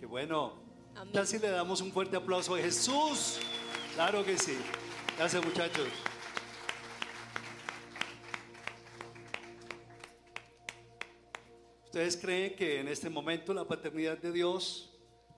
bueno. Amén. ¿Qué tal si le damos un fuerte aplauso a Jesús? Claro que sí. Gracias, muchachos. ¿Ustedes creen que en este momento la paternidad de Dios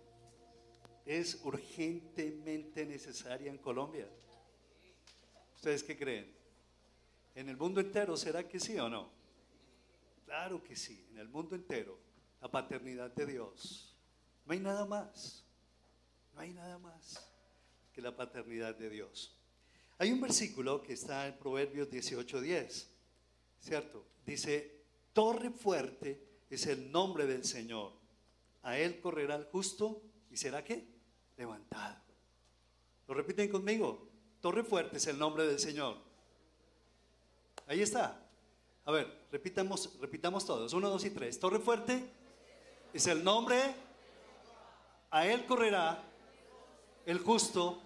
es urgentemente necesaria en Colombia? ¿Ustedes qué creen? ¿En el mundo entero será que sí o no? Claro que sí, en el mundo entero, la paternidad de Dios. No hay nada más, no hay nada más que la paternidad de Dios. Hay un versículo que está en Proverbios 18:10, ¿cierto? Dice, torre fuerte es el nombre del Señor, a él correrá el justo y será ¿qué? Levantado. ¿Lo repiten conmigo? Torre fuerte es el nombre del Señor. Ahí está. A ver, repitamos todos. 1, 2 y 3. Torre fuerte es el nombre, a él correrá el justo,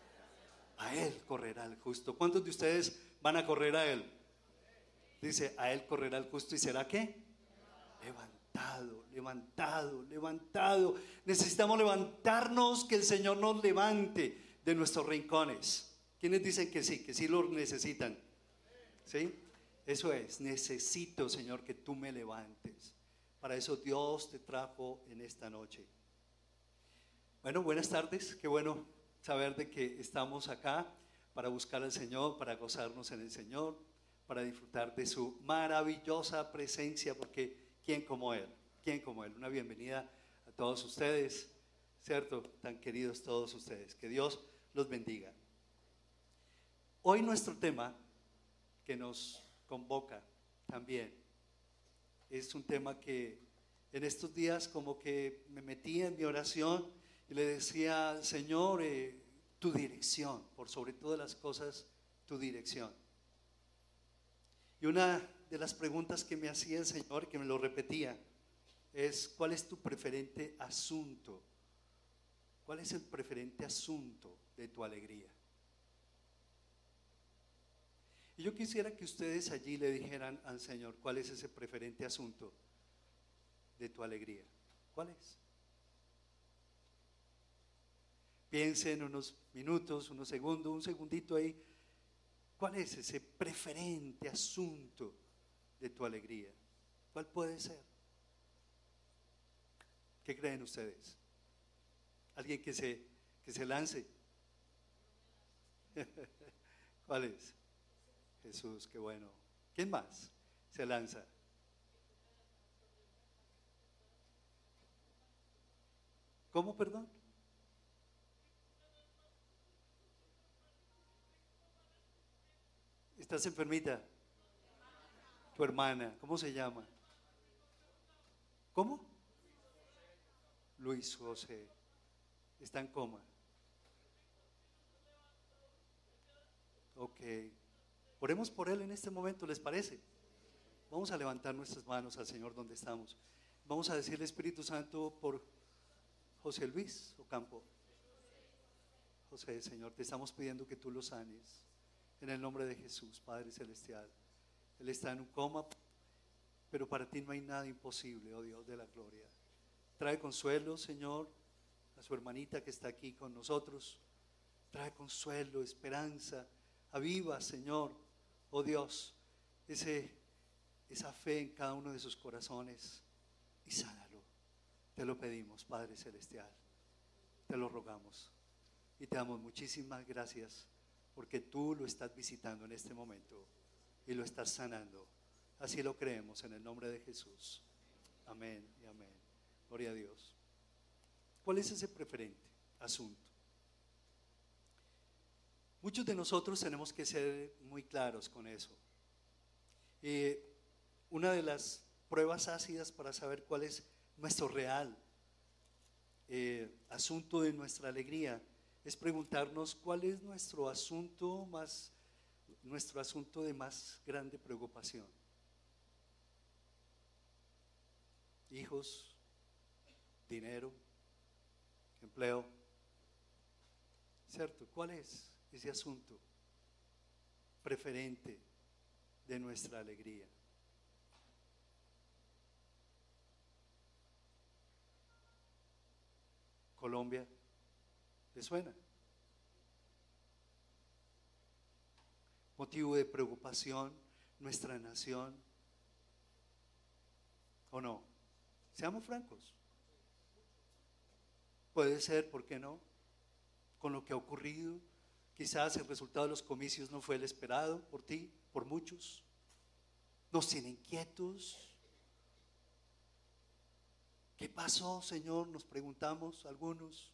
a él correrá el justo. ¿Cuántos de ustedes van a correr a él? Dice, a él correrá el justo y será ¿qué? Levantado, levantado, levantado. Necesitamos levantarnos, que el Señor nos levante de nuestros rincones. ¿Quiénes dicen que sí lo necesitan? ¿Sí? Eso es, necesito, Señor, que tú me levantes. Para eso Dios te trajo en esta noche. Bueno, buenas tardes, qué bueno saber de que estamos acá para buscar al Señor, para gozarnos en el Señor, para disfrutar de su maravillosa presencia, porque ¿quién como Él? ¿Quién como Él? Una bienvenida a todos ustedes, ¿cierto? Tan queridos todos ustedes, que Dios los bendiga. Hoy nuestro tema que nos convoca también es un tema que en estos días como que me metí en mi oración y le decía al Señor, tu dirección, por sobre todas las cosas, tu dirección. Y una de las preguntas que me hacía el Señor, que me lo repetía, es ¿cuál es tu preferente asunto? ¿Cuál es el preferente asunto de tu alegría? Y yo quisiera que ustedes allí le dijeran al Señor, ¿cuál es ese preferente asunto de tu alegría? ¿Cuál es? Piensen unos minutos, unos segundos, un segundito ahí. ¿Cuál es ese preferente asunto de tu alegría? ¿Cuál puede ser? ¿Qué creen ustedes? ¿Alguien que se lance? ¿Cuál es? Jesús, qué bueno. ¿Quién más se lanza? ¿Cómo, perdón? ¿Estás enfermita? Tu hermana, ¿cómo se llama? ¿Cómo? Luis José. Está en coma. Ok. Oremos por él en este momento, ¿les parece? Vamos a levantar nuestras manos al Señor donde estamos. Vamos a decirle, Espíritu Santo, por José Luis Ocampo. José, Señor, te estamos pidiendo que tú lo sanes. En el nombre de Jesús, Padre Celestial. Él está en un coma, pero para ti no hay nada imposible, oh Dios de la gloria. Trae consuelo, Señor, a su hermanita que está aquí con nosotros. Trae consuelo, esperanza. Aviva, Señor, oh Dios, esa fe en cada uno de sus corazones y sánalo. Te lo pedimos, Padre Celestial. Te lo rogamos y te damos muchísimas gracias porque tú lo estás visitando en este momento y lo estás sanando. Así lo creemos en el nombre de Jesús. Amén y amén. Gloria a Dios. ¿Cuál es ese preferente asunto? Muchos de nosotros tenemos que ser muy claros con eso. Una de las pruebas ácidas para saber cuál es nuestro real asunto de nuestra alegría es preguntarnos cuál es nuestro asunto de más grande preocupación. Hijos, dinero, empleo, ¿cierto? ¿Cuál es ese asunto preferente de nuestra alegría? Colombia. ¿Le suena? Motivo de preocupación nuestra nación, ¿o no? Seamos francos. Puede ser, ¿por qué no? Con lo que ha ocurrido, quizás el resultado de los comicios no fue el esperado por ti, por muchos. Nos tiene inquietos. ¿Qué pasó, Señor? Nos preguntamos algunos.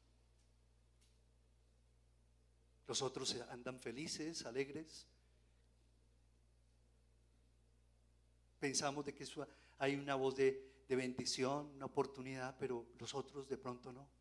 Los otros andan felices, alegres. Pensamos de que hay una voz de bendición, una oportunidad, pero los otros de pronto no.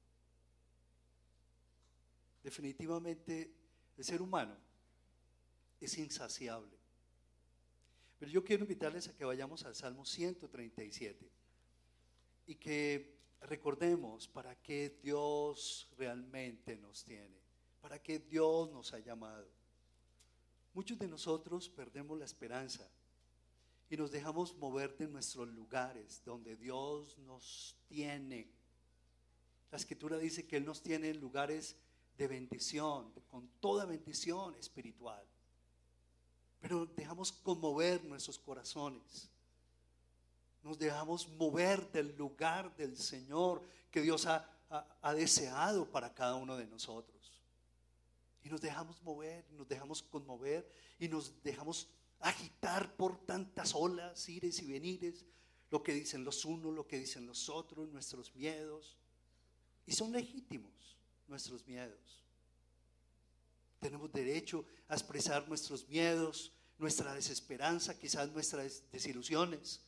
Definitivamente el ser humano es insaciable. Pero yo quiero invitarles a que vayamos al Salmo 137 y que recordemos para qué Dios realmente nos tiene, para qué Dios nos ha llamado. Muchos de nosotros perdemos la esperanza y nos dejamos mover de nuestros lugares donde Dios nos tiene. La Escritura dice que Él nos tiene en lugares de bendición, con toda bendición espiritual. Pero dejamos conmover nuestros corazones. Nos dejamos mover del lugar del Señor que Dios ha deseado para cada uno de nosotros. Y nos dejamos mover, nos dejamos conmover y nos dejamos agitar por tantas olas, ires y venires, lo que dicen los unos, lo que dicen los otros, nuestros miedos. Y son legítimos nuestros miedos. Tenemos derecho a expresar nuestros miedos, nuestra desesperanza, quizás nuestras desilusiones.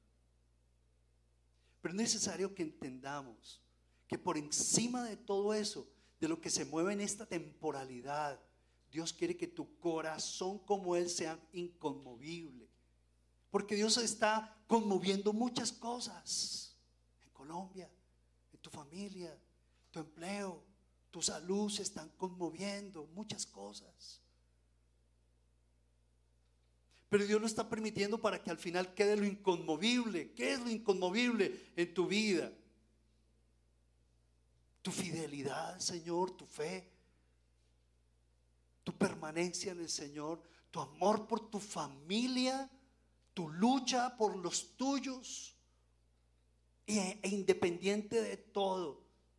Pero es necesario que entendamos que por encima de todo eso, de lo que se mueve en esta temporalidad, Dios quiere que tu corazón como Él sea inconmovible. Porque Dios está conmoviendo muchas cosas en Colombia, en tu familia, tu empleo, tu salud, se están conmoviendo muchas cosas. Pero Dios lo está permitiendo para que al final quede lo inconmovible. ¿Qué es lo inconmovible en tu vida? Tu fidelidad al Señor, tu fe, tu permanencia en el Señor, tu amor por tu familia, tu lucha por los tuyos, e independiente de todo,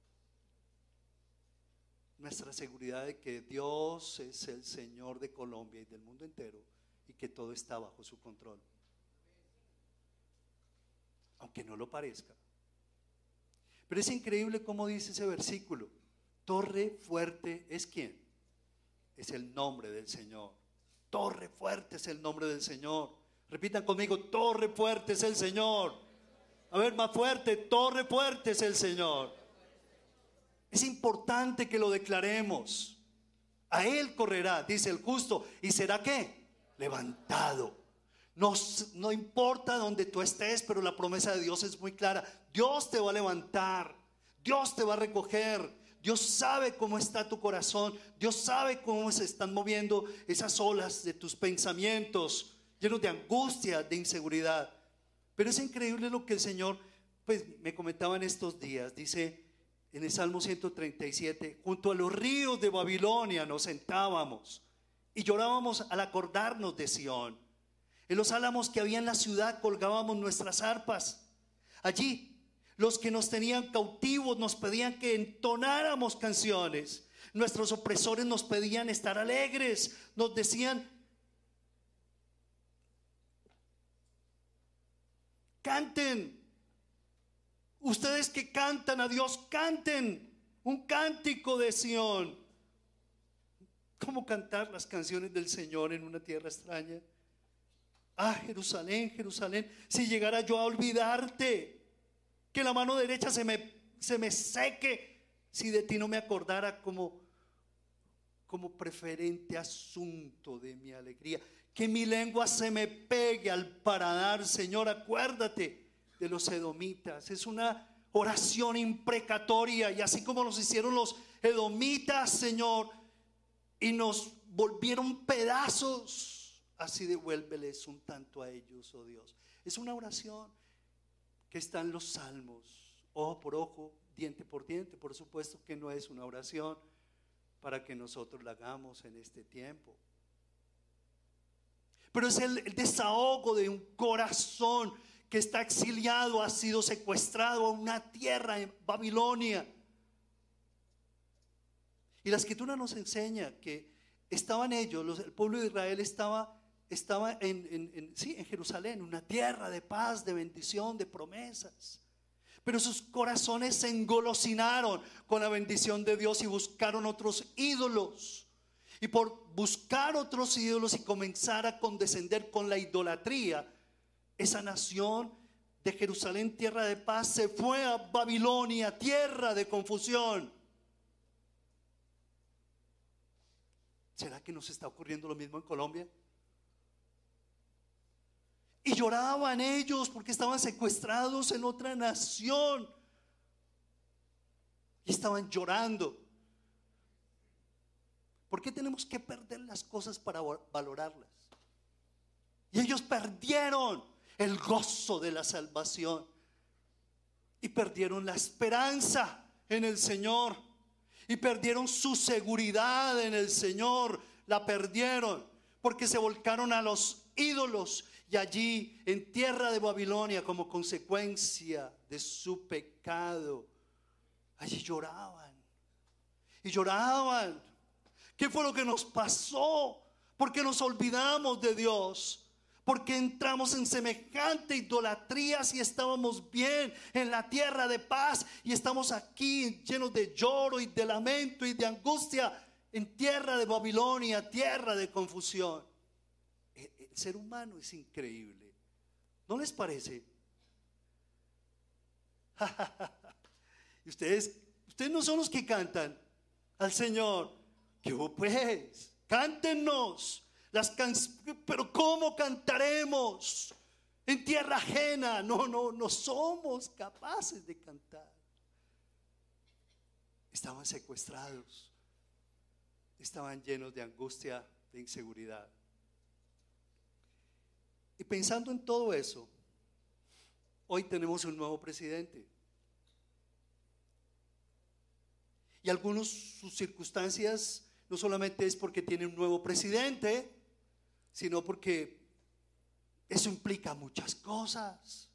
nuestra seguridad de que Dios es el Señor de Colombia y del mundo entero y que todo está bajo su control, aunque no lo parezca. Pero es increíble cómo dice ese versículo: torre fuerte es ¿quién? Es el nombre del Señor. Torre fuerte es el nombre del Señor. Repitan conmigo: torre fuerte es el Señor. A ver, más fuerte: torre fuerte es el Señor. Es importante que lo declaremos. A Él correrá, dice el justo, y será ¿qué? Levantado. No importa donde tú estés, pero la promesa de Dios es muy clara. Dios te va a levantar, Dios te va a recoger. Dios sabe cómo está tu corazón, Dios sabe cómo se están moviendo esas olas de tus pensamientos llenos de angustia, de inseguridad. Pero es increíble lo que el Señor pues me comentaba en estos días. Dice en el Salmo 137: junto a los ríos de Babilonia nos sentábamos y llorábamos al acordarnos de Sión. En los álamos que había en la ciudad colgábamos nuestras arpas. Allí los que nos tenían cautivos nos pedían que entonáramos canciones. Nuestros opresores nos pedían estar alegres. Nos decían: canten. Ustedes que cantan a Dios, canten un cántico de Sión. ¿Cómo cantar las canciones del Señor en una tierra extraña? Ah, Jerusalén, Jerusalén, si llegara yo a olvidarte, que la mano derecha se me seque, si de ti no me acordara como preferente asunto de mi alegría. Que mi lengua se me pegue al paladar, Señor, acuérdate de los edomitas. Es una oración imprecatoria, y así como nos hicieron los edomitas, Señor, y nos volvieron pedazos, así devuélveles un tanto a ellos, oh Dios. Es una oración que está en los Salmos, ojo por ojo, diente por diente. Por supuesto que no es una oración para que nosotros la hagamos en este tiempo, pero es el desahogo de un corazón que está exiliado, ha sido secuestrado a una tierra en Babilonia. Y la escritura nos enseña que estaban ellos, el pueblo de Israel estaba en Jerusalén, una tierra de paz, de bendición, de promesas. Pero sus corazones se engolosinaron con la bendición de Dios y buscaron otros ídolos. Y por buscar otros ídolos y comenzar a condescender con la idolatría, esa nación de Jerusalén, tierra de paz, se fue a Babilonia, tierra de confusión. ¿Será que nos está ocurriendo lo mismo en Colombia? Y lloraban ellos porque estaban secuestrados en otra nación. Y estaban llorando. ¿Por qué tenemos que perder las cosas para valorarlas? Y ellos perdieron el gozo de la salvación. Y perdieron la esperanza en el Señor. Y perdieron su seguridad en el Señor. La perdieron porque se volcaron a los ídolos. Y allí en tierra de Babilonia, como consecuencia de su pecado, allí lloraban. Y lloraban. ¿Qué fue lo que nos pasó? Porque nos olvidamos de Dios. Porque entramos en semejante idolatría si estábamos bien en la tierra de paz y estamos aquí llenos de lloro y de lamento y de angustia en tierra de Babilonia, tierra de confusión. El ser humano es increíble, ¿no les parece? Y ustedes no son los que cantan al Señor. ¿Qué hubo pues? Cántenos las canciones, pero ¿cómo cantaremos en tierra ajena? No somos capaces de cantar. Estaban secuestrados, estaban llenos de angustia, de inseguridad. Y pensando en todo eso, hoy tenemos un nuevo presidente. Y algunos, sus circunstancias no solamente es porque tiene un nuevo presidente, sino porque eso implica muchas cosas.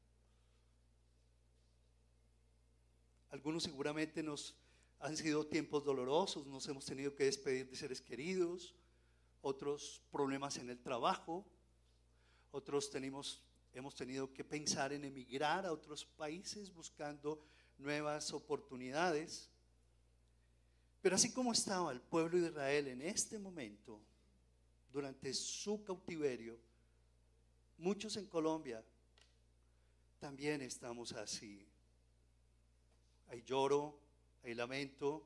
Algunos seguramente nos han sido tiempos dolorosos, nos hemos tenido que despedir de seres queridos, otros problemas en el trabajo, otros hemos tenido que pensar en emigrar a otros países buscando nuevas oportunidades. Pero así como estaba el pueblo de Israel en este momento, durante su cautiverio, muchos en Colombia también estamos así. Hay lloro, hay lamento,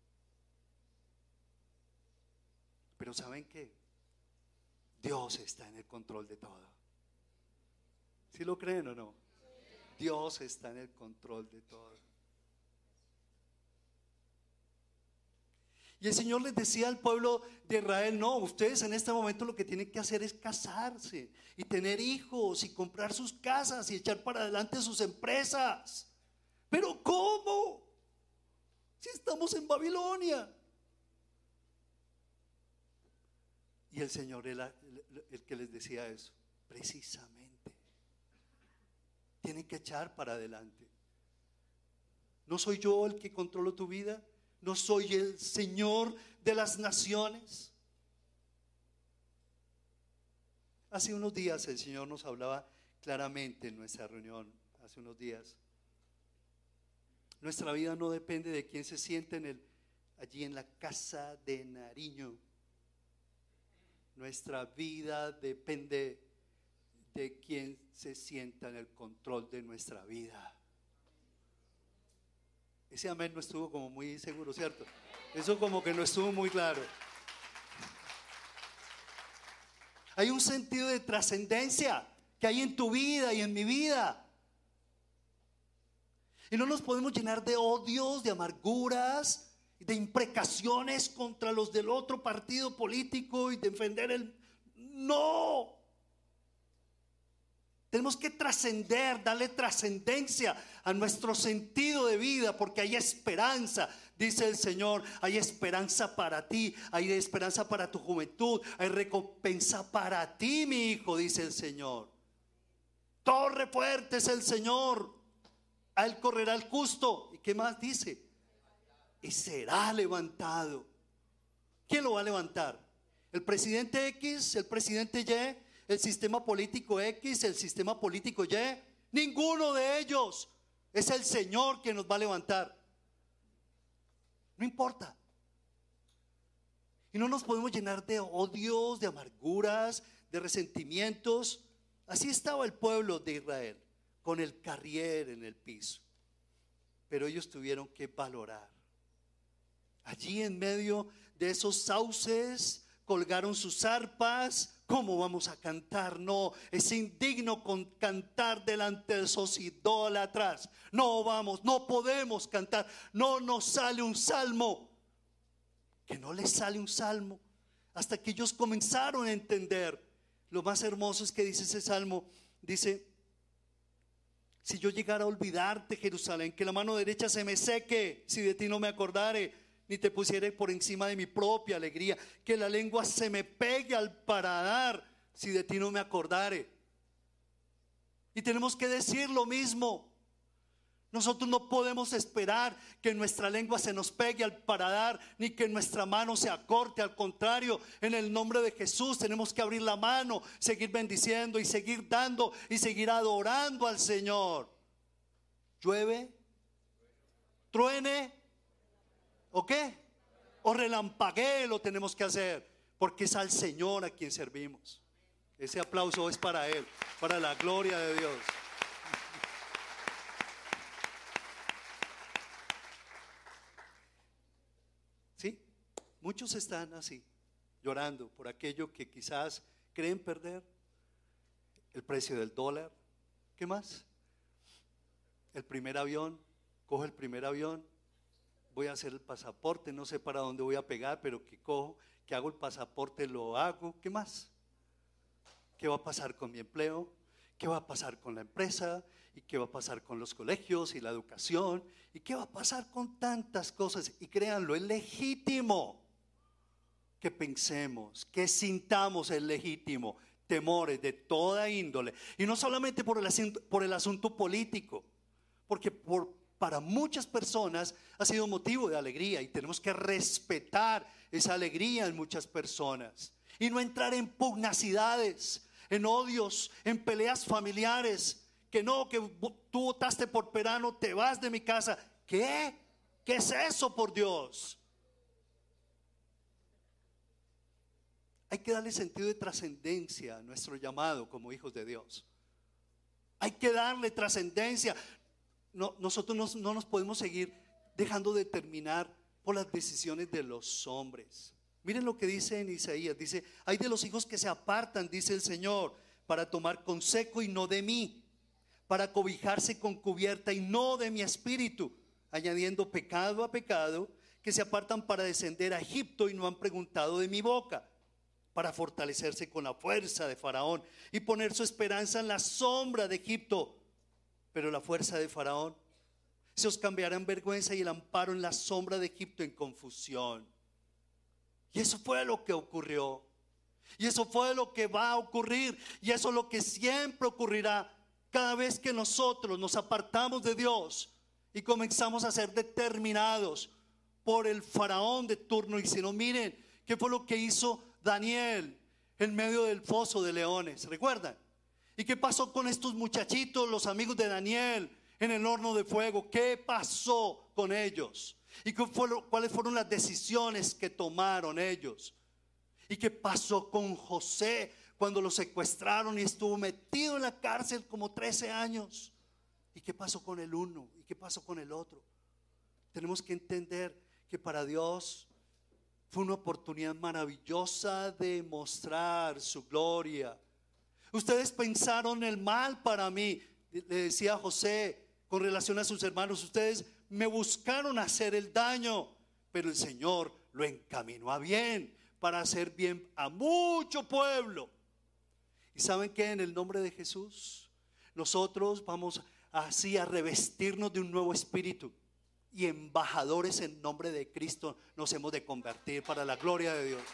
pero ¿saben qué? Dios está en el control de todo. ¿Sí lo creen o no? Dios está en el control de todo. Y el Señor les decía al pueblo de Israel: no, ustedes en este momento lo que tienen que hacer es casarse y tener hijos y comprar sus casas y echar para adelante sus empresas. ¿Pero cómo? Si estamos en Babilonia. Y el Señor era el que les decía eso. Precisamente, tienen que echar para adelante. ¿No soy yo el que controlo tu vida? ¿No soy el Señor de las naciones? Hace unos días el Señor nos hablaba claramente en nuestra reunión. Hace unos días. Nuestra vida no depende de quién se siente allí en la casa de Nariño. Nuestra vida depende de quién se sienta en el control de nuestra vida. Ese amén no estuvo como muy seguro, ¿cierto? Eso como que no estuvo muy claro. Hay un sentido de trascendencia que hay en tu vida y en mi vida. Y no nos podemos llenar de odios, de amarguras, de imprecaciones contra los del otro partido político y defender no. Tenemos que trascender, darle trascendencia a nuestro sentido de vida, porque hay esperanza, dice el Señor. Hay esperanza para ti, hay esperanza para tu juventud, hay recompensa para ti, mi hijo, dice el Señor. Torre fuerte es el Señor, a Él correrá el justo. ¿Y qué más dice? Y será levantado. ¿Quién lo va a levantar? ¿El presidente X? ¿El presidente Y? ¿El sistema político X? ¿El sistema político Y? Ninguno de ellos. Es el Señor quien nos va a levantar. No importa. Y no nos podemos llenar de odios, de amarguras, de resentimientos. Así estaba el pueblo de Israel, con el carrier en el piso. Pero ellos tuvieron que valorar. Allí en medio de esos sauces colgaron sus arpas. ¿Cómo vamos a cantar? No, es indigno cantar delante de esos idólatras. No vamos, no podemos cantar. No nos sale un salmo. Que no les sale un salmo. Hasta que ellos comenzaron a entender. Lo más hermoso es que dice ese salmo. Dice: si yo llegara a olvidarte, Jerusalén, que la mano derecha se me seque, si de ti no me acordare, ni te pusiere por encima de mi propia alegría, que la lengua se me pegue al paladar, si de ti no me acordare. Y tenemos que decir lo mismo. Nosotros no podemos esperar que nuestra lengua se nos pegue al paladar, ni que nuestra mano se acorte. Al contrario, en el nombre de Jesús tenemos que abrir la mano, seguir bendiciendo y seguir dando y seguir adorando al Señor. Llueve, truene, ¿o qué? O relampaguee, lo tenemos que hacer, porque es al Señor a quien servimos. Ese aplauso es para Él, para la gloria de Dios. ¿Sí? Muchos están así, llorando por aquello que quizás creen perder. El precio del dólar. ¿Qué más? El primer avión. Cojo el primer avión. Voy a hacer el pasaporte, no sé para dónde voy a pegar, pero que cojo, que hago el pasaporte, lo hago. ¿Qué más? ¿Qué va a pasar con mi empleo? ¿Qué va a pasar con la empresa? ¿Y qué va a pasar con los colegios y la educación? ¿Y qué va a pasar con tantas cosas? Y créanlo, es legítimo que pensemos, que sintamos, es legítimo, temores de toda índole. Y no solamente por el asunto político, porque para muchas personas ha sido motivo de alegría y tenemos que respetar esa alegría en muchas personas y no entrar en pugnacidades, en odios, en peleas familiares. Que no, que tú votaste por Perano, te vas de mi casa. ¿Qué? ¿Qué es eso, por Dios? Hay que darle sentido de trascendencia a nuestro llamado como hijos de Dios. Hay que darle trascendencia. Nosotros no nos podemos seguir dejando determinar por las decisiones de los hombres. Miren lo que dice en Isaías. Dice: hay de los hijos que se apartan, dice el Señor, para tomar consejo y no de mí, para cobijarse con cubierta y no de mi espíritu, añadiendo pecado a pecado, que se apartan para descender a Egipto y no han preguntado de mi boca, para fortalecerse con la fuerza de Faraón y poner su esperanza en la sombra de Egipto. Pero la fuerza de Faraón se os cambiará en vergüenza y el amparo en la sombra de Egipto en confusión. Y eso fue lo que ocurrió. Y eso fue lo que va a ocurrir. Y eso es lo que siempre ocurrirá cada vez que nosotros nos apartamos de Dios y comenzamos a ser determinados por el faraón de turno. Y si no, miren qué fue lo que hizo Daniel en medio del foso de leones. ¿Recuerdan? ¿Y qué pasó con estos muchachitos, los amigos de Daniel, en el horno de fuego? ¿Qué pasó con ellos? ¿Y cuáles fueron las decisiones que tomaron ellos? ¿Y qué pasó con José cuando lo secuestraron y estuvo metido en la cárcel como 13 años? ¿Y qué pasó con el uno? ¿Y qué pasó con el otro? Tenemos que entender que para Dios fue una oportunidad maravillosa de mostrar su gloria. Ustedes pensaron el mal para mí, le decía José con relación a sus hermanos. Ustedes me buscaron hacer el daño, pero el Señor lo encaminó a bien, para hacer bien a mucho pueblo. ¿Y saben qué? En el nombre de Jesús nosotros vamos así a revestirnos de un nuevo espíritu. Y embajadores en nombre de Cristo nos hemos de convertir para la gloria de Dios.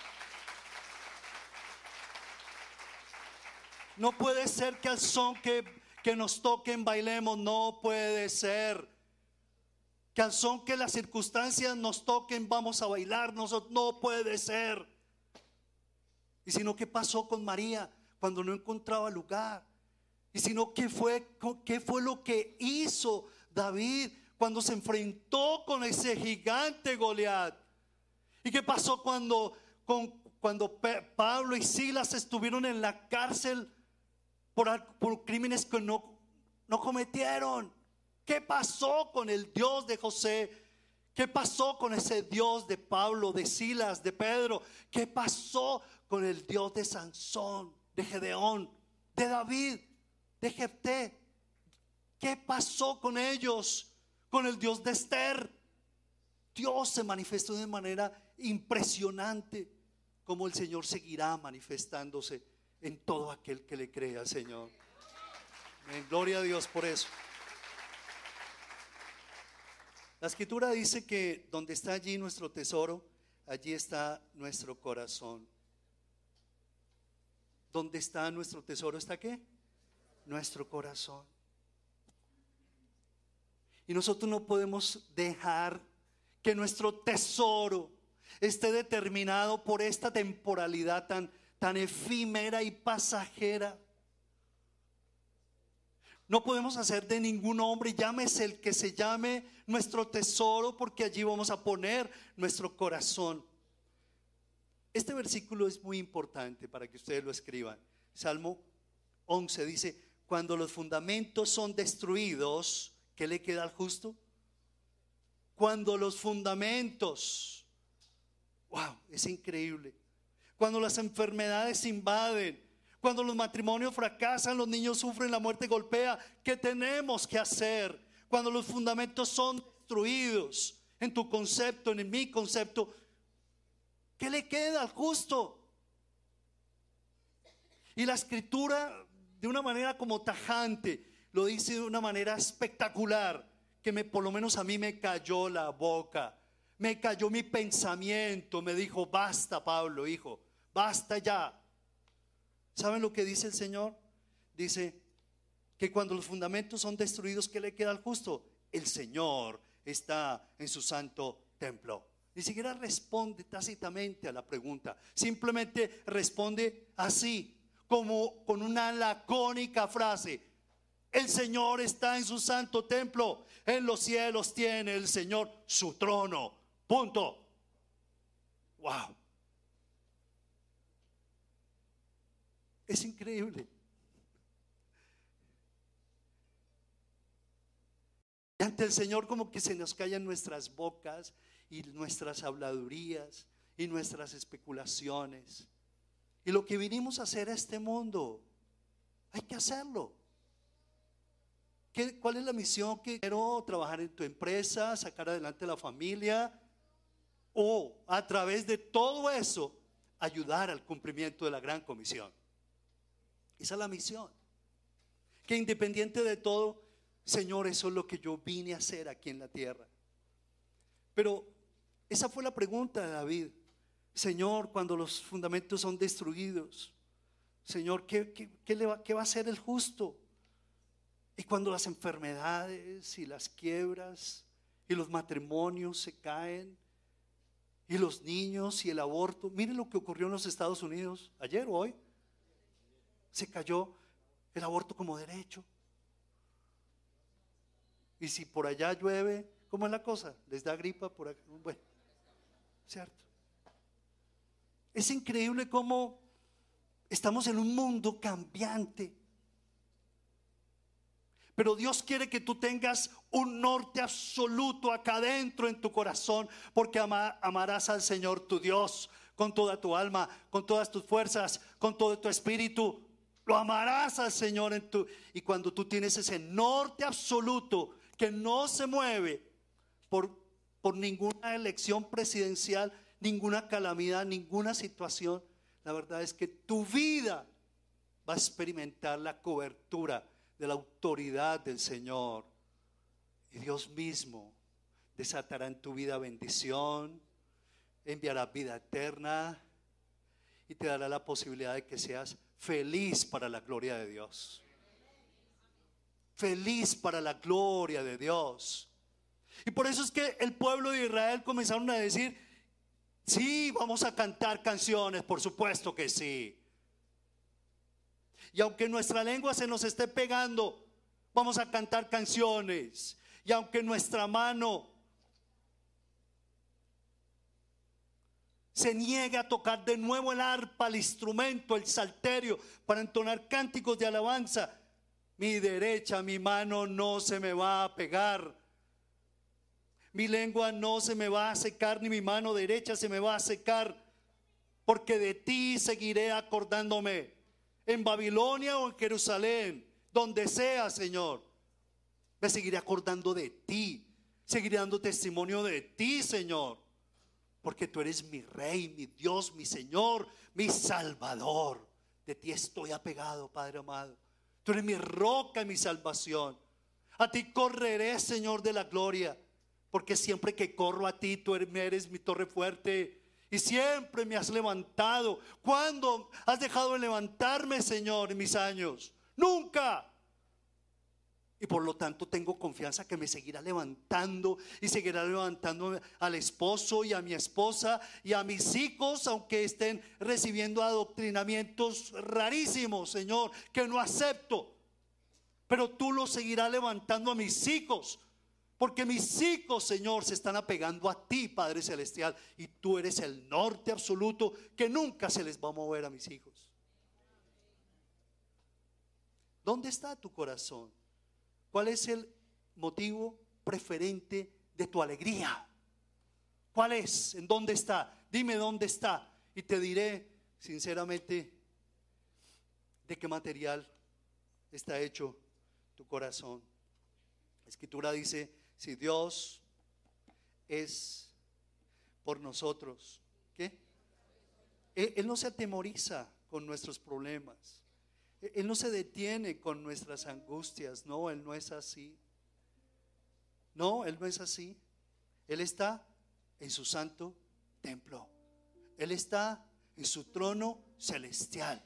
No puede ser que al son que nos toquen bailemos, no puede ser. Que al son que las circunstancias nos toquen vamos a bailar, nosotros, no puede ser. Y si no, ¿qué pasó con María cuando no encontraba lugar? Y si no, ¿qué fue lo que hizo David cuando se enfrentó con ese gigante Goliat? ¿Y qué pasó cuando Pablo y Silas estuvieron en la cárcel por crímenes que no cometieron? ¿Qué pasó con el Dios de José? ¿Qué pasó con ese Dios de Pablo, de Silas, de Pedro? ¿Qué pasó con el Dios de Sansón, de Gedeón, de David, de Jefté? ¿Qué pasó con ellos? Con el Dios de Esther. Dios se manifestó de manera impresionante, como el Señor seguirá manifestándose en todo aquel que le crea al Señor. Gloria a Dios por eso. La Escritura dice que donde está allí nuestro tesoro, allí está nuestro corazón. ¿Dónde está nuestro tesoro? ¿Está qué? Nuestro corazón. Y nosotros no podemos dejar que nuestro tesoro esté determinado por esta temporalidad tan efímera y pasajera. No podemos hacer de ningún hombre, llámese el que se llame, nuestro tesoro, porque allí vamos a poner nuestro corazón. Este versículo es muy importante para que ustedes lo escriban. Salmo 11 dice: cuando los fundamentos son destruidos, ¿qué le queda al justo? Cuando los fundamentos, wow, es increíble. Cuando las enfermedades invaden, cuando los matrimonios fracasan, los niños sufren, la muerte golpea, ¿qué tenemos que hacer? Cuando los fundamentos son destruidos, en tu concepto, en mi concepto, ¿qué le queda al justo? Y la Escritura, de una manera como tajante, lo dice de una manera espectacular, que por lo menos a mí me cayó la boca, me cayó mi pensamiento, me dijo: basta, Pablo, hijo, basta ya. ¿Saben lo que dice el Señor? Dice que cuando los fundamentos son destruidos, ¿qué le queda al justo? El Señor está en su santo templo. Ni siquiera responde tácitamente a la pregunta, simplemente responde así, como con una lacónica frase: el Señor está en su santo templo, en los cielos tiene el Señor su trono, punto. Wow, es increíble. Y ante el Señor como que se nos callan nuestras bocas y nuestras habladurías y nuestras especulaciones. Y lo que vinimos a hacer a este mundo, hay que hacerlo. ¿Cuál es la misión? Que quiero trabajar en tu empresa, sacar adelante la familia, o a través de todo eso ayudar al cumplimiento de la gran comisión. Esa es la misión. Que independiente de todo, Señor, eso es lo que yo vine a hacer aquí en la tierra. Pero esa fue la pregunta de David. Señor, cuando los fundamentos son destruidos, Señor, ¿qué va a hacer el justo? Y cuando las enfermedades y las quiebras y los matrimonios se caen y los niños y el aborto. Miren lo que ocurrió en los Estados Unidos ayer o hoy. Se cayó el aborto como derecho. Y si por allá llueve, ¿cómo es la cosa? Les da gripa por acá. Bueno, ¿cierto? Es increíble cómo estamos en un mundo cambiante. Pero Dios quiere que tú tengas un norte absoluto acá adentro en tu corazón, porque amarás al Señor tu Dios con toda tu alma, con todas tus fuerzas, con todo tu espíritu. Lo amarás al Señor y cuando tú tienes ese norte absoluto que no se mueve por ninguna elección presidencial, ninguna calamidad, ninguna situación, la verdad es que tu vida va a experimentar la cobertura de la autoridad del Señor. Y Dios mismo desatará en tu vida bendición, enviará vida eterna y te dará la posibilidad de que seas feliz para la gloria de Dios. Feliz para la gloria de Dios. Y por eso es que el pueblo de Israel comenzaron a decir: sí, vamos a cantar canciones, por supuesto que sí. Y aunque nuestra lengua se nos esté pegando, vamos a cantar canciones. Y aunque nuestra mano se niegue a tocar de nuevo el arpa, el instrumento, el salterio, para entonar cánticos de alabanza, mi derecha, mi mano no se me va a pegar. Mi lengua no se me va a secar, ni mi mano derecha se me va a secar, porque de ti seguiré acordándome, en Babilonia o en Jerusalén, donde sea, Señor. Me seguiré acordando de ti, seguiré dando testimonio de ti, Señor, porque tú eres mi Rey, mi Dios, mi Señor, mi Salvador. De ti estoy apegado, Padre amado. Tú eres mi roca y mi salvación. A ti correré, Señor de la gloria, porque siempre que corro a ti, tú eres mi torre fuerte y siempre me has levantado. ¿Cuándo has dejado de levantarme, Señor, en mis años? Nunca. Y por lo tanto tengo confianza que me seguirá levantando y seguirá levantando al esposo y a mi esposa y a mis hijos, aunque estén recibiendo adoctrinamientos rarísimos, Señor, que no acepto. Pero tú los seguirás levantando a mis hijos, porque mis hijos, Señor, se están apegando a ti, Padre Celestial, y tú eres el norte absoluto que nunca se les va a mover a mis hijos. ¿Dónde está tu corazón? ¿Cuál es el motivo preferente de tu alegría? ¿Cuál es? ¿En dónde está? Dime dónde está y te diré sinceramente de qué material está hecho tu corazón. La Escritura dice: si Dios es por nosotros, ¿qué? Él no se atemoriza con nuestros problemas. Él no se detiene con nuestras angustias. No, Él no es así. No, Él no es así. Él está en su santo templo. Él está en su trono celestial.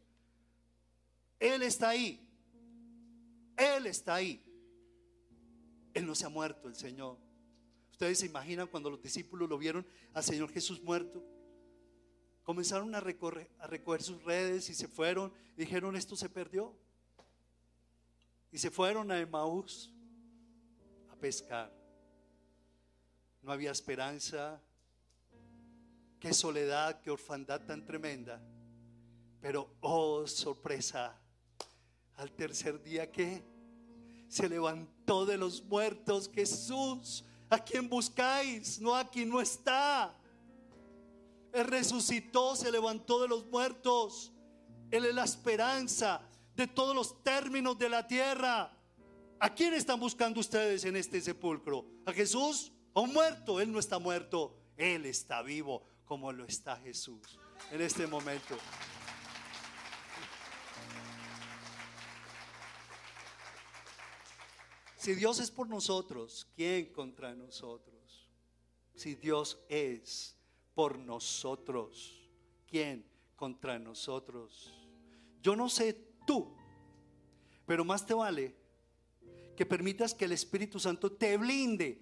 Él está ahí. Él está ahí. Él no se ha muerto, el Señor. Ustedes se imaginan cuando los discípulos lo vieron al Señor Jesús muerto. Comenzaron a recoger sus redes y se fueron. Dijeron: esto se perdió. Y se fueron a Emaús a pescar. No había esperanza. Qué soledad, qué orfandad tan tremenda. Pero oh, sorpresa, al tercer día, ¿qué? Se levantó de los muertos. Jesús, ¿a quién buscáis? No, aquí no está. Él resucitó, se levantó de los muertos. Él es la esperanza de todos los términos de la tierra. ¿A quién están buscando ustedes en este sepulcro? ¿A Jesús? ¿A un muerto? Él no está muerto, Él está vivo, como lo está Jesús en este momento. Si Dios es por nosotros, ¿quién contra nosotros? Si Dios es por nosotros, ¿quién contra nosotros? Yo no sé tú, pero más te vale que permitas que el Espíritu Santo te blinde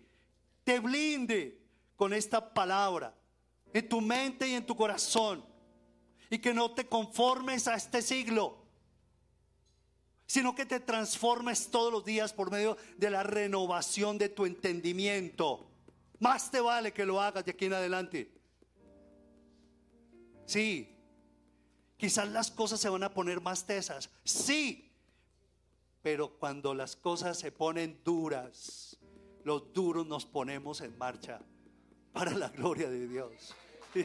con esta palabra en tu mente y en tu corazón, y que no te conformes a este siglo, sino que te transformes todos los días por medio de la renovación de tu entendimiento. Más te vale que lo hagas de aquí en adelante. Sí, quizás las cosas se van a poner más tesas, sí, pero cuando las cosas se ponen duras, los duros nos ponemos en marcha para la gloria de Dios.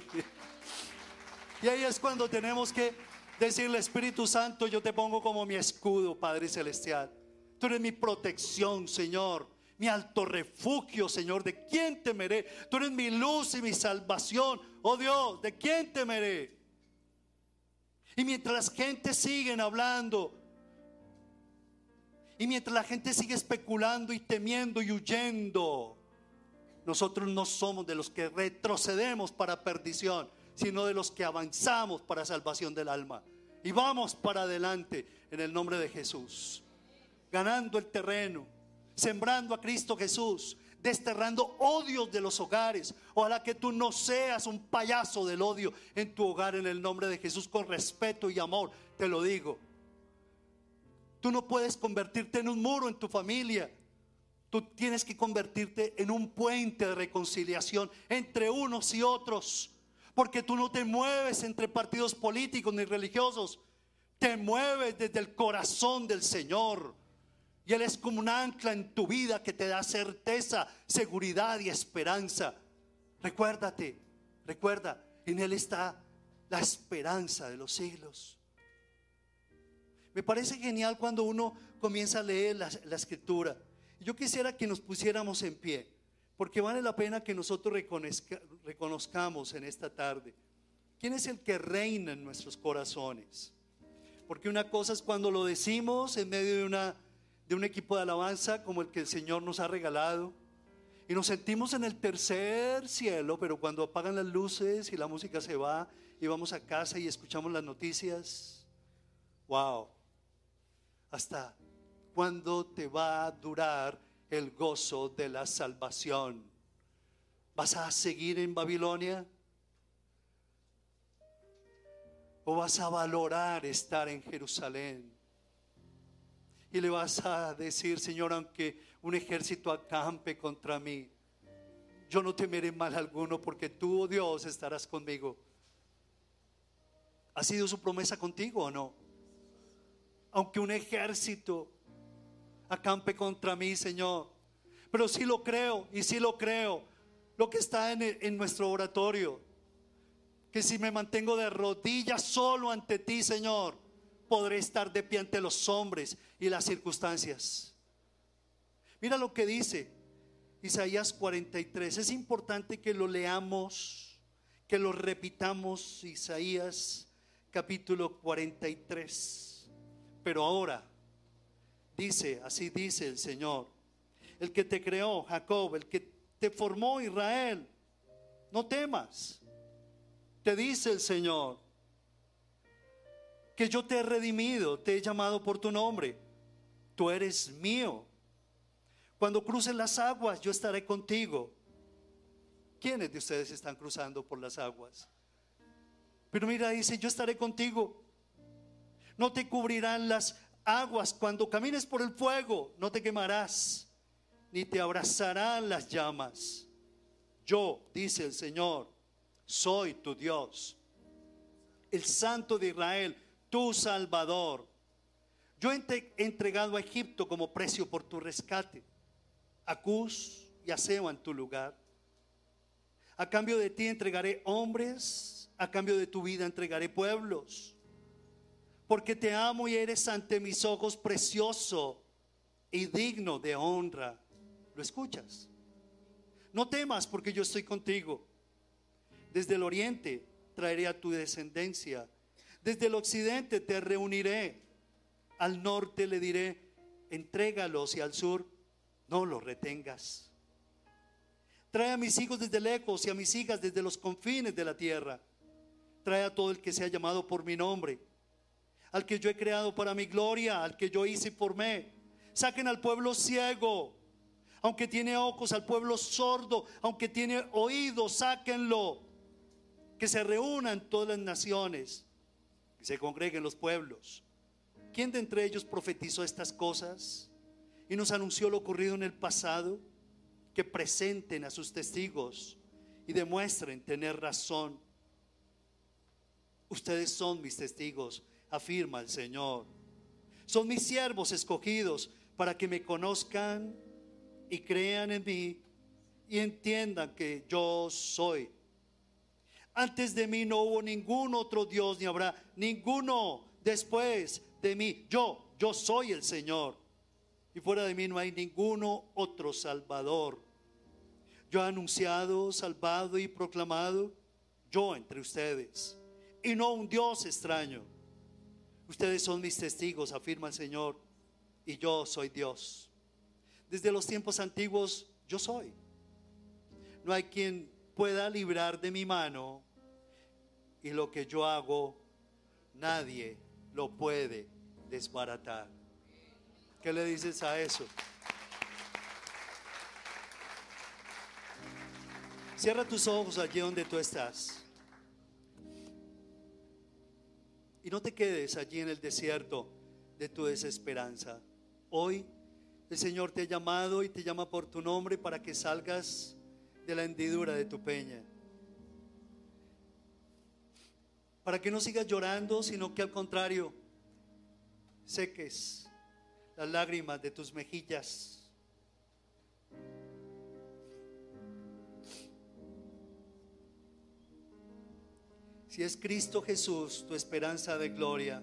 Y ahí es cuando tenemos que decirle: Espíritu Santo, yo te pongo como mi escudo, Padre Celestial. Tú eres mi protección, Señor, mi alto refugio, Señor. ¿De quién temeré? Tú eres mi luz y mi salvación. Oh Dios, ¿de quién temeré? Y mientras las gentes siguen hablando Y mientras la gente sigue especulando y temiendo y huyendo, nosotros no somos de los que retrocedemos para perdición, sino de los que avanzamos para salvación del alma. Y vamos para adelante en el nombre de Jesús, ganando el terreno, sembrando a Cristo Jesús, desterrando odios de los hogares. Ojalá que tú no seas un payaso del odio en tu hogar, en el nombre de Jesús, con respeto y amor, te lo digo. Tú no puedes convertirte en un muro en tu familia. Tú tienes que convertirte en un puente de reconciliación entre unos y otros, porque tú no te mueves entre partidos políticos ni religiosos, te mueves desde el corazón del Señor. Y Él es como un ancla en tu vida que te da certeza, seguridad y esperanza. Recuerda, en Él está la esperanza de los siglos. Me parece genial cuando uno comienza a leer la Escritura. Yo quisiera que nos pusiéramos en pie, porque vale la pena que nosotros reconozcamos en esta tarde quién es el que reina en nuestros corazones. Porque una cosa es cuando lo decimos en medio de un equipo de alabanza como el que el Señor nos ha regalado, y nos sentimos en el tercer cielo, pero cuando apagan las luces y la música se va y vamos a casa y escuchamos las noticias, wow, ¿hasta cuándo te va a durar el gozo de la salvación? ¿Vas a seguir en Babilonia? ¿O vas a valorar estar en Jerusalén? Y le vas a decir: Señor, aunque un ejército acampe contra mí, yo no temeré mal alguno, porque tú, oh Dios, estarás conmigo. ¿Ha sido su promesa contigo o no? Aunque un ejército acampe contra mí, Señor. Pero sí lo creo, y sí lo creo, lo que está en nuestro oratorio, que si me mantengo de rodillas solo ante ti, Señor, podré estar de pie ante los hombres y las circunstancias. Mira lo que dice Isaías 43. Es importante que lo leamos, que lo repitamos. Isaías capítulo 43. Pero ahora dice, así dice el Señor, el que te creó, Jacob, el que te formó, Israel: no temas. Te dice el Señor que yo te he redimido, te he llamado por tu nombre, tú eres mío. Cuando cruces las aguas, yo estaré contigo. ¿Quiénes de ustedes están cruzando por las aguas? Pero mira, dice: yo estaré contigo. No te cubrirán las aguas. Cuando camines por el fuego, no te quemarás, ni te abrazarán las llamas. Yo, dice el Señor, soy tu Dios, el Santo de Israel, tu Salvador. Yo he entregado a Egipto como precio por tu rescate, a Cus y a Seba en tu lugar. A cambio de ti entregaré hombres, a cambio de tu vida entregaré pueblos. Porque te amo y eres ante mis ojos precioso y digno de honra. ¿Lo escuchas? No temas, porque yo estoy contigo. Desde el oriente traeré a tu descendencia, desde el occidente te reuniré. Al norte le diré: entrégalos, y al sur: no los retengas. Trae a mis hijos desde lejos y a mis hijas desde los confines de la tierra. Trae a todo el que sea llamado por mi nombre, al que yo he creado para mi gloria, al que yo hice y formé. Saquen al pueblo ciego, aunque tiene ojos, al pueblo sordo, aunque tiene oídos, sáquenlo. Que se reúnan todas las naciones, que se congreguen los pueblos. ¿Quién de entre ellos profetizó estas cosas y nos anunció lo ocurrido en el pasado? Que presenten a sus testigos y demuestren tener razón. Ustedes son mis testigos, afirma el Señor. Son mis siervos escogidos para que me conozcan y crean en mí y entiendan que yo soy. Antes de mí no hubo ningún otro Dios, ni habrá ninguno después de mí. Yo soy el Señor, y fuera de mí no hay ninguno otro Salvador. Yo he anunciado, salvado y proclamado, yo entre ustedes, y no un Dios extraño. Ustedes son mis testigos, afirma el Señor, y yo soy Dios. Desde los tiempos antiguos yo soy. No hay quien pueda librar de mi mano, y lo que yo hago nadie lo puede desbaratar. ¿Qué le dices a eso? Cierra tus ojos allí donde tú estás. Y no te quedes allí en el desierto de tu desesperanza. Hoy el Señor te ha llamado y te llama por tu nombre para que salgas de la hendidura de tu peña. Para que no sigas llorando, sino que al contrario, seques las lágrimas de tus mejillas. Si es Cristo Jesús tu esperanza de gloria,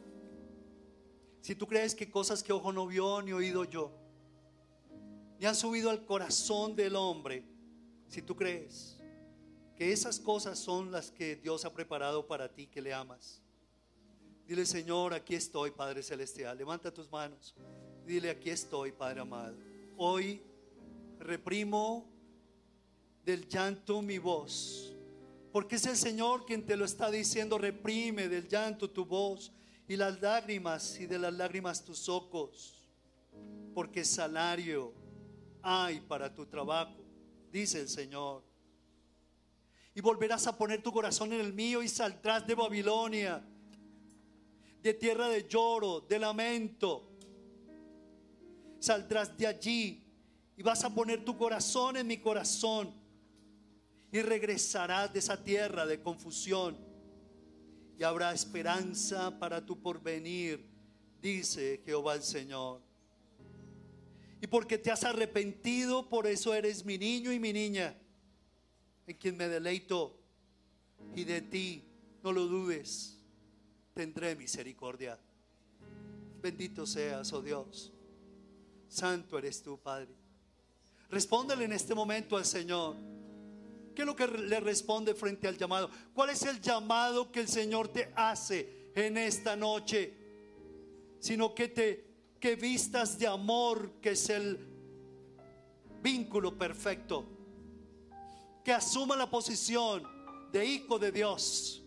si tú crees que cosas que ojo no vio ni oído yo, ni han subido al corazón del hombre, si tú crees que esas cosas son las que Dios ha preparado para ti que le amas, dile: Señor, aquí estoy, Padre Celestial. Levanta tus manos, dile: aquí estoy, Padre amado. Hoy reprimo del llanto mi voz, porque es el Señor quien te lo está diciendo. Reprime del llanto tu voz y las lágrimas, y de las lágrimas tus ojos, porque salario hay para tu trabajo, dice el Señor. Y volverás a poner tu corazón en el mío, y saldrás de Babilonia, de tierra de lloro, de lamento. Saldrás de allí y vas a poner tu corazón en mi corazón, y regresarás de esa tierra de confusión, y habrá esperanza para tu porvenir, dice Jehová el Señor. Y porque te has arrepentido, por eso eres mi niño y mi niña, en quien me deleito, y de ti, no lo dudes, tendré misericordia. Bendito seas, oh Dios. Santo eres tú, Padre. Respóndele en este momento al Señor. ¿Qué es lo que le responde frente al llamado? ¿Cuál es el llamado que el Señor te hace en esta noche? Sino que vistas de amor, que es el vínculo perfecto, que asuma la posición de hijo de Dios.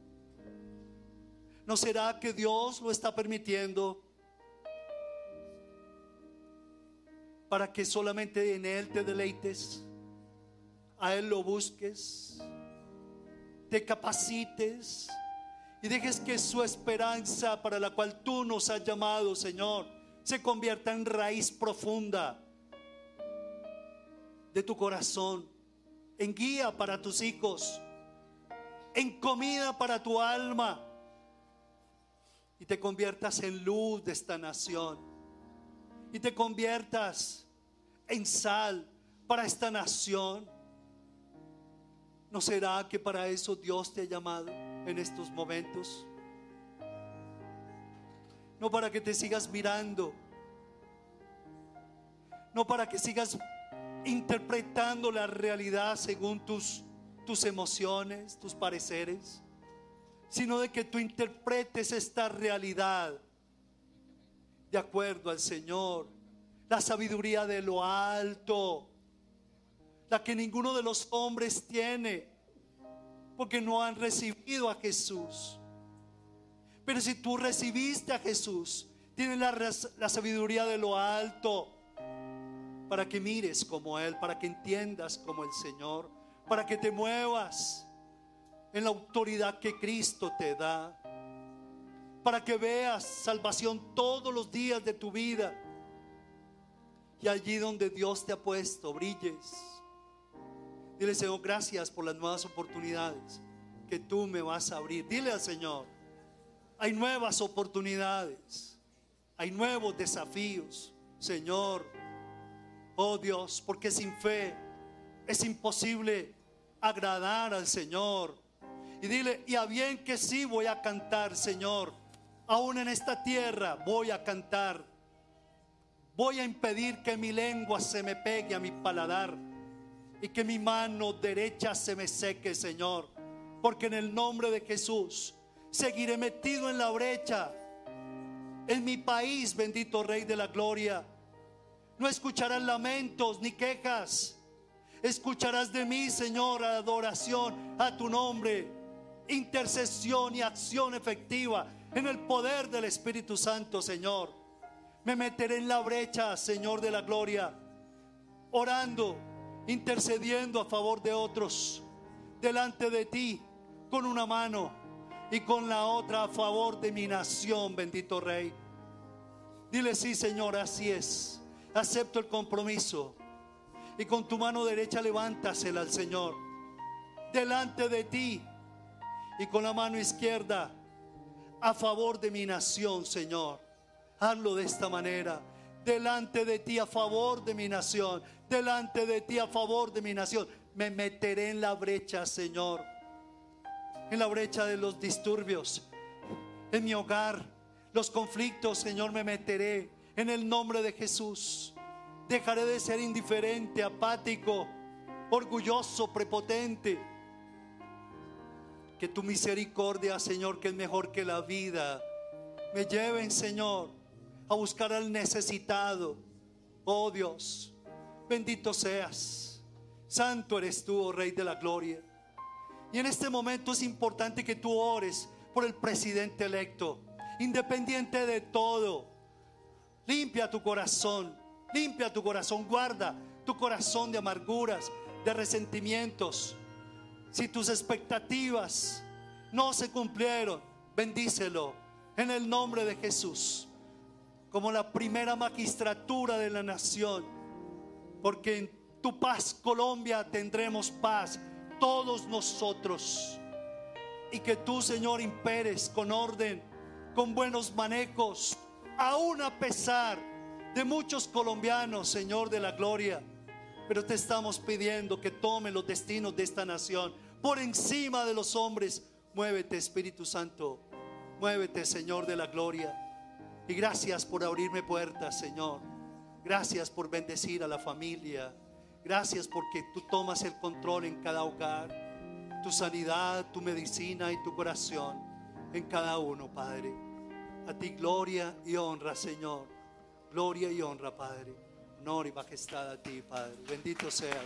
¿No será que Dios lo está permitiendo para que solamente en Él te deleites, a Él lo busques, te capacites y dejes que su esperanza, para la cual tú nos has llamado, Señor, se convierta en raíz profunda de tu corazón, en guía para tus hijos, en comida para tu alma, y te conviertas en luz de esta nación, y te conviertas en sal para esta nación. ¿No será que para eso Dios te ha llamado en estos momentos? No para que te sigas mirando, no para que sigas interpretando la realidad según tus emociones, tus pareceres, sino de que tú interpretes esta realidad de acuerdo al Señor, la sabiduría de lo alto, la que ninguno de los hombres tiene, porque no han recibido a Jesús. Pero si tú recibiste a Jesús, tienes la sabiduría de lo alto, para que mires como Él, para que entiendas como el Señor, para que te muevas en la autoridad que Cristo te da, para que veas salvación todos los días de tu vida, y allí donde Dios te ha puesto brilles. Dile: Señor, gracias por las nuevas oportunidades que tú me vas a abrir. Dile al Señor: hay nuevas oportunidades, hay nuevos desafíos, Señor. Oh Dios, porque sin fe es imposible agradar al Señor. Y dile: y a bien que sí voy a cantar, Señor, aún en esta tierra voy a cantar. Voy a impedir que mi lengua se me pegue a mi paladar, y que mi mano derecha se me seque, Señor, porque en el nombre de Jesús seguiré metido en la brecha En mi país, bendito Rey de la Gloria, no escucharás lamentos ni quejas. Escucharás de mí, Señor, adoración a tu nombre, intercesión y acción efectiva en el poder del Espíritu Santo, Señor. Me meteré en la brecha, Señor de la Gloria, orando, intercediendo a favor de otros, delante de ti, con una mano y con la otra a favor de mi nación, bendito Rey. Dile: sí, Señor, así es. Acepto el compromiso. Y con tu mano derecha levántasela al Señor, delante de ti, y con la mano izquierda a favor de mi nación, Señor. Hazlo de esta manera: delante de ti a favor de mi nación, delante de ti a favor de mi nación. Me meteré en la brecha, Señor, en la brecha de los disturbios en mi hogar, los conflictos, Señor, me meteré en el nombre de Jesús. Dejaré de ser indiferente, apático, orgulloso, prepotente. Que tu misericordia, Señor, que es mejor que la vida, me lleven, Señor, a buscar al necesitado. Oh Dios, bendito seas. Santo eres tú, oh Rey de la Gloria. Y en este momento es importante que tú ores por el presidente electo, independiente de todo. Limpia tu corazón, guarda tu corazón de amarguras, de resentimientos. Si tus expectativas no se cumplieron, bendícelo en el nombre de Jesús, como la primera magistratura de la nación, porque en tu paz, Colombia, tendremos paz todos nosotros. Y que tú, Señor, imperes con orden, con buenos manejos, aún a pesar de muchos colombianos, Señor de la Gloria. Pero te estamos pidiendo que tome los destinos de esta nación por encima de los hombres. Muévete, Espíritu Santo, muévete, Señor de la Gloria. Y gracias por abrirme puertas, Señor. Gracias por bendecir a la familia. Gracias porque tú tomas el control en cada hogar, tu sanidad, tu medicina y tu curación en cada uno, Padre. A ti gloria y honra, Señor. Gloria y honra, Padre. Honor y majestad a ti, Padre. Bendito seas.